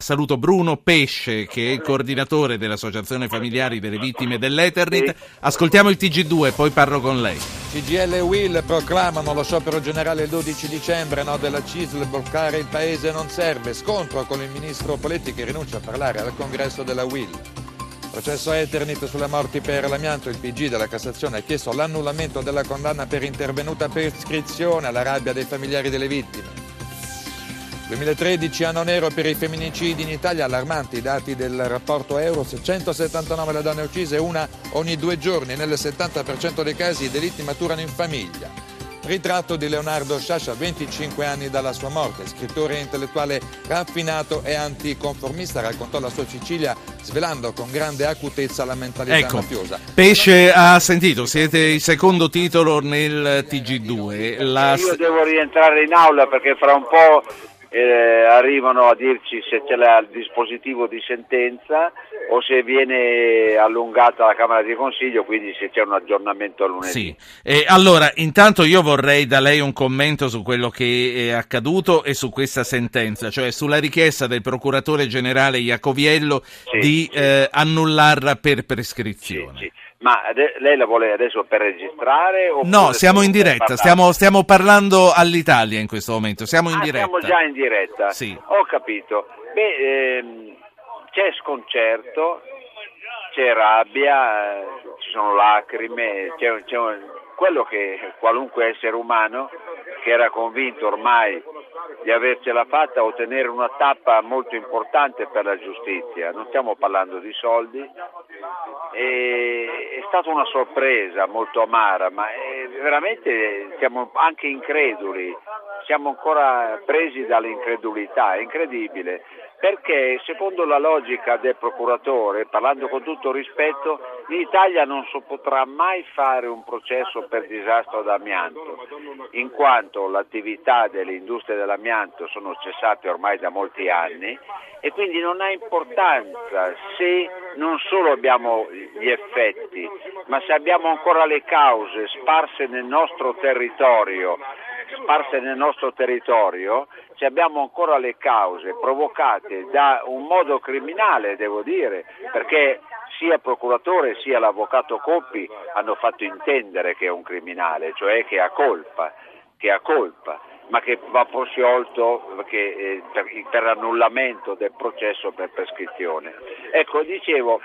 Saluto Bruno Pesce, che è il coordinatore dell'Associazione Familiari delle Vittime dell'Eternit. Ascoltiamo il TG2, poi parlo con lei. CGIL e UIL proclamano lo sciopero generale il 12 dicembre, no della CISL, bloccare il paese non serve. Scontro con il ministro Poletti che rinuncia a parlare al congresso della UIL. Processo Eternit sulle morti per l'amianto, il PG della Cassazione ha chiesto l'annullamento della condanna per intervenuta prescrizione, alla rabbia dei familiari delle vittime. 2013 anno nero per i femminicidi in Italia, allarmanti i dati del rapporto Euros, 179 le donne uccise, una ogni 2 giorni, nel 70% dei casi i delitti maturano in famiglia. Ritratto di Leonardo Sciascia, 25 anni dalla sua morte, scrittore intellettuale raffinato e anticonformista, raccontò la sua Sicilia svelando con grande acutezza la mentalità mafiosa. Pesce ha sentito, siete il secondo titolo nel TG2. Io devo rientrare in aula perché fra un po' arrivano a dirci se c'è il dispositivo di sentenza o se viene allungata la Camera di Consiglio, quindi se c'è un aggiornamento a lunedì. Sì. Allora, intanto io vorrei da lei un commento su quello che è accaduto e su questa sentenza, cioè sulla richiesta del procuratore generale Iacoviello di annullarla per prescrizione. Sì. Ma lei la vuole adesso per registrare? No, siamo in diretta, stiamo parlando all'Italia in questo momento, siamo in diretta. Siamo già in diretta? Sì. Ho capito. C'è sconcerto, c'è rabbia, ci sono lacrime, quello che qualunque essere umano che era convinto ormai di avercela fatta ottenere una tappa molto importante per la giustizia. Non stiamo parlando di soldi, è stata una sorpresa molto amara, ma veramente siamo anche increduli, siamo ancora presi dall'incredulità, è incredibile. Perché secondo la logica del procuratore, parlando con tutto rispetto, in Italia non si potrà mai fare un processo per disastro d'amianto, in quanto l'attività delle industrie dell'amianto sono cessate ormai da molti anni e quindi non ha importanza se non solo abbiamo gli effetti, ma se abbiamo ancora le cause sparse nel nostro territorio, se abbiamo ancora le cause provocate da un modo criminale, devo dire, perché sia il procuratore sia l'avvocato Coppi hanno fatto intendere che è un criminale, cioè che ha colpa, ma che va prosciolto per annullamento del processo per prescrizione. Ecco, dicevo,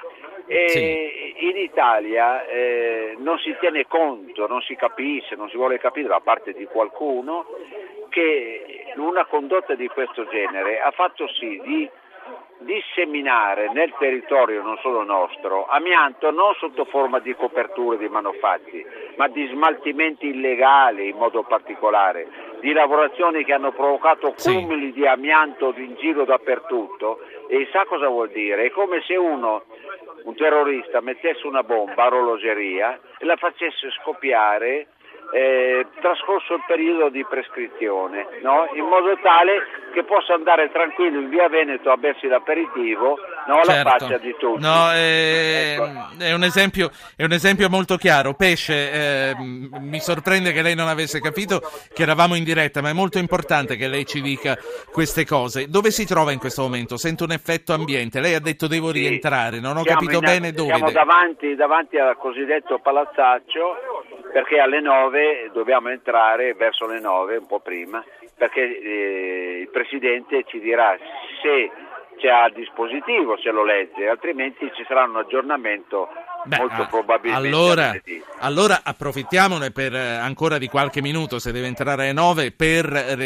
in Italia non si tiene conto, non si capisce, non si vuole capire da parte di qualcuno che una condotta di questo genere ha fatto sì di disseminare nel territorio non solo nostro amianto non sotto forma di coperture di manufatti, ma di smaltimenti illegali in modo particolare, di lavorazioni che hanno provocato cumuli di amianto in giro dappertutto. E sa cosa vuol dire? È come se un terrorista mettesse una bomba a orologeria e la facesse scoppiare trascorso il periodo di prescrizione, no? In modo tale che possa andare tranquillo in via Veneto a bersi l'aperitivo, alla faccia di tutti. No, è un esempio molto chiaro. Pesce, mi sorprende che lei non avesse capito che eravamo in diretta, ma è molto importante che lei ci dica queste cose. Dove si trova in questo momento? Sento un effetto ambiente. Lei ha detto devo rientrare, non ho capito bene dove. Siamo davanti al cosiddetto palazzaccio, perché alle 9 dobbiamo entrare, verso le 9, un po' prima, perché il Presidente ci dirà se c'è a dispositivo, se lo legge, altrimenti ci sarà un aggiornamento molto probabilmente. Allora approfittiamone per ancora di qualche minuto, se deve entrare alle 9, per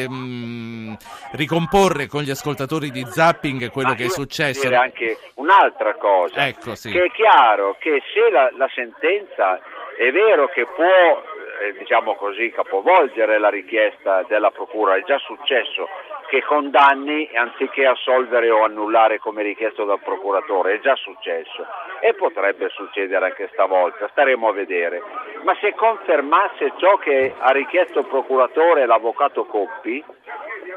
ricomporre con gli ascoltatori di Zapping quello che è successo. Dire anche un'altra cosa, che è chiaro che se la sentenza è vero che può, diciamo così, capovolgere la richiesta della procura, è già successo che condanni anziché assolvere o annullare come richiesto dal procuratore, è già successo e potrebbe succedere anche stavolta, staremo a vedere. Ma se confermasse ciò che ha richiesto il procuratore e l'avvocato Coppi,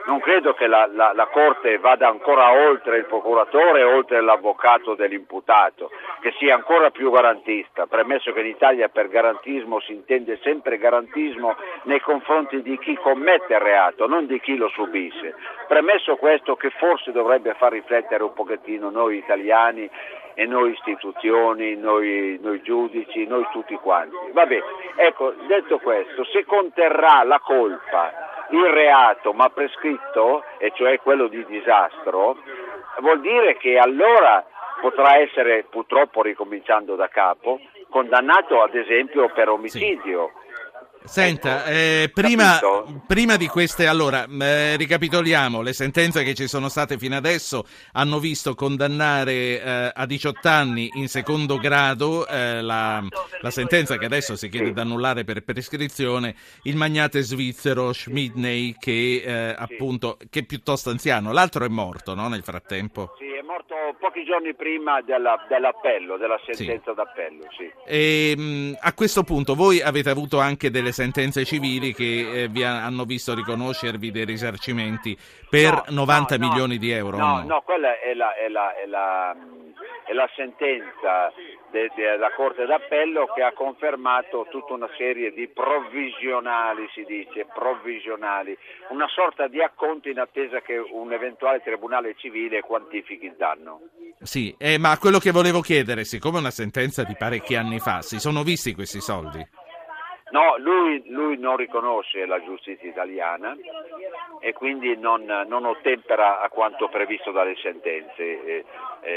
non credo che la Corte vada ancora oltre il procuratore, oltre l'avvocato dell'imputato, che sia ancora più garantista, premesso che in Italia per garantismo si intende sempre garantismo nei confronti di chi commette il reato, non di chi lo subisce. Premesso questo, che forse dovrebbe far riflettere un pochettino noi italiani e noi istituzioni, noi giudici, noi tutti quanti. Vabbè, ecco, detto questo, se conterrà la colpa il reato ma prescritto, e cioè quello di disastro, vuol dire che allora potrà essere, purtroppo ricominciando da capo, condannato ad esempio per omicidio. Sì. Senta, Capito? prima di queste, allora, ricapitoliamo, le sentenze che ci sono state fino adesso hanno visto condannare a 18 anni in secondo grado la sentenza che adesso si chiede di annullare per prescrizione, il magnate svizzero Schmidney che appunto, che è piuttosto anziano, l'altro è morto, no, nel frattempo? Sì, è morto pochi giorni prima dell'appello, della sentenza d'appello, sì. E, a questo punto voi avete avuto anche delle sentenze civili che vi hanno visto riconoscervi dei risarcimenti per 90 milioni di euro? No, quella è la sentenza della Corte d'Appello che ha confermato tutta una serie di provvisionali, si dice, una sorta di acconto in attesa che un eventuale tribunale civile quantifichi il danno. Sì, ma quello che volevo chiedere, siccome è una sentenza di parecchi anni fa, si sono visti questi soldi? No, lui non riconosce la giustizia italiana e quindi non ottempera a quanto previsto dalle sentenze.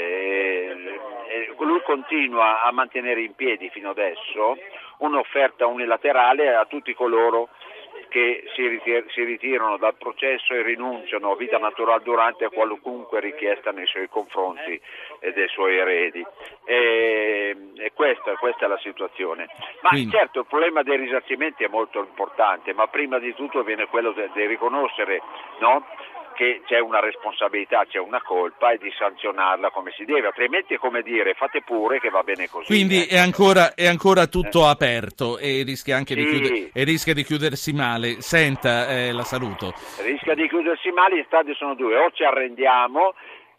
Lui continua a mantenere in piedi fino adesso un'offerta unilaterale a tutti coloro che si ritirano dal processo e rinunciano a vita naturale durante qualunque richiesta nei suoi confronti e dei suoi eredi. E questa è la situazione. Ma Quindi, certo, il problema dei risarcimenti è molto importante, ma prima di tutto viene quello di riconoscere, no? Che c'è una responsabilità, c'è una colpa e di sanzionarla come si deve, altrimenti è come dire fate pure che va bene così. quindi è ancora tutto aperto e rischia anche di chiudersi male. Senta, la saluto. Rischia di chiudersi male, gli stadi sono due, o ci arrendiamo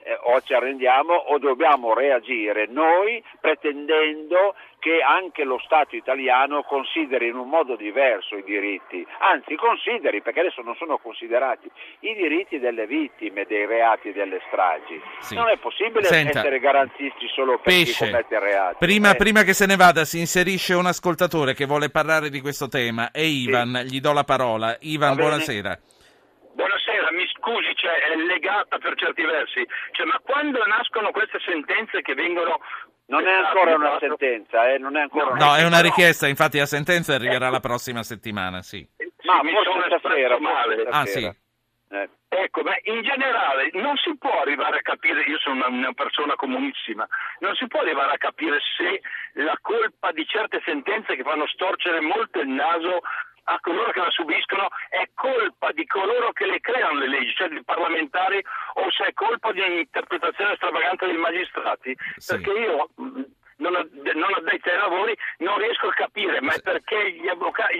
o dobbiamo reagire noi pretendendo che anche lo Stato italiano consideri in un modo diverso i diritti, anzi consideri, perché adesso non sono considerati, i diritti delle vittime dei reati delle stragi. Sì. Non è possibile essere garantisti solo per chi commette reati. Prima che se ne vada si inserisce un ascoltatore che vuole parlare di questo tema, è Ivan, Gli do la parola. Ivan, buonasera. Buonasera, mi scusi, è legata per certi versi, ma quando nascono queste sentenze che vengono... Non è ancora una sentenza, non è ancora No, è una richiesta, infatti la sentenza arriverà la prossima settimana, sì. Ma mi forse sono stasera, espresso male. Ah, sì. Ecco, in generale non si può arrivare a capire, io sono una persona comunissima, non si può arrivare a capire se la colpa di certe sentenze che fanno storcere molto il naso a coloro che la subiscono è colpa di coloro che le creano le leggi, cioè dei parlamentari, o se è colpa di un'interpretazione stravagante dei magistrati, Sì. Perché io non addetti ai lavori non riesco a capire, ma è perché gli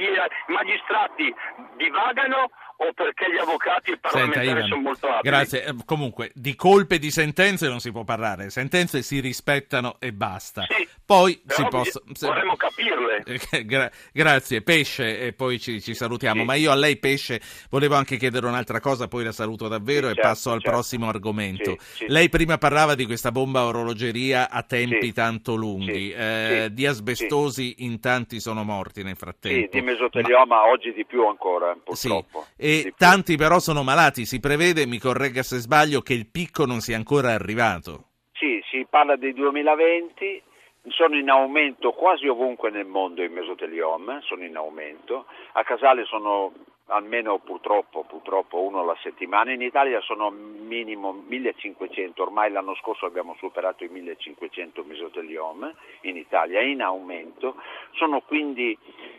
magistrati divagano o perché gli avvocati e i parlamentari Ivan, sono molto abili? grazie. Comunque, di colpe e di sentenze non si può parlare, sentenze si rispettano e basta. Sì, Poi però si possono... vorremmo capirle. Grazie, Pesce, e poi ci salutiamo. Sì. Ma io a lei, Pesce, volevo anche chiedere un'altra cosa, poi la saluto davvero e passo al prossimo argomento. Sì. Lei prima parlava di questa bomba a orologeria a tempi tanto lunghi, di asbestosi in tanti sono morti nel frattempo. Sì, di mesotelioma oggi di più ancora, purtroppo. Sì. E tanti però sono malati, si prevede, mi corregga se sbaglio, che il picco non sia ancora arrivato. Sì, si parla del 2020, sono in aumento quasi ovunque nel mondo i mesotelioma, sono in aumento, a Casale sono almeno purtroppo uno alla settimana, in Italia sono minimo 1500, ormai l'anno scorso abbiamo superato i 1500 mesotelioma in Italia, in aumento, sono quindi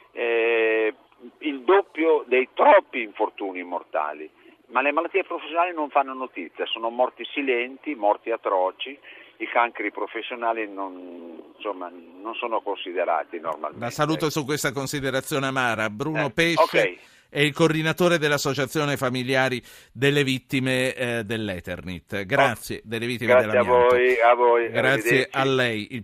il doppio dei troppi infortuni mortali, ma le malattie professionali non fanno notizia, sono morti silenti, morti atroci, i cancri professionali non sono considerati normalmente. La saluto su questa considerazione amara. Bruno Pesce, okay. è il coordinatore dell'Associazione Familiari delle Vittime dell'Eternit. Grazie, delle vittime Grazie dell'amianto. a voi. Grazie a lei.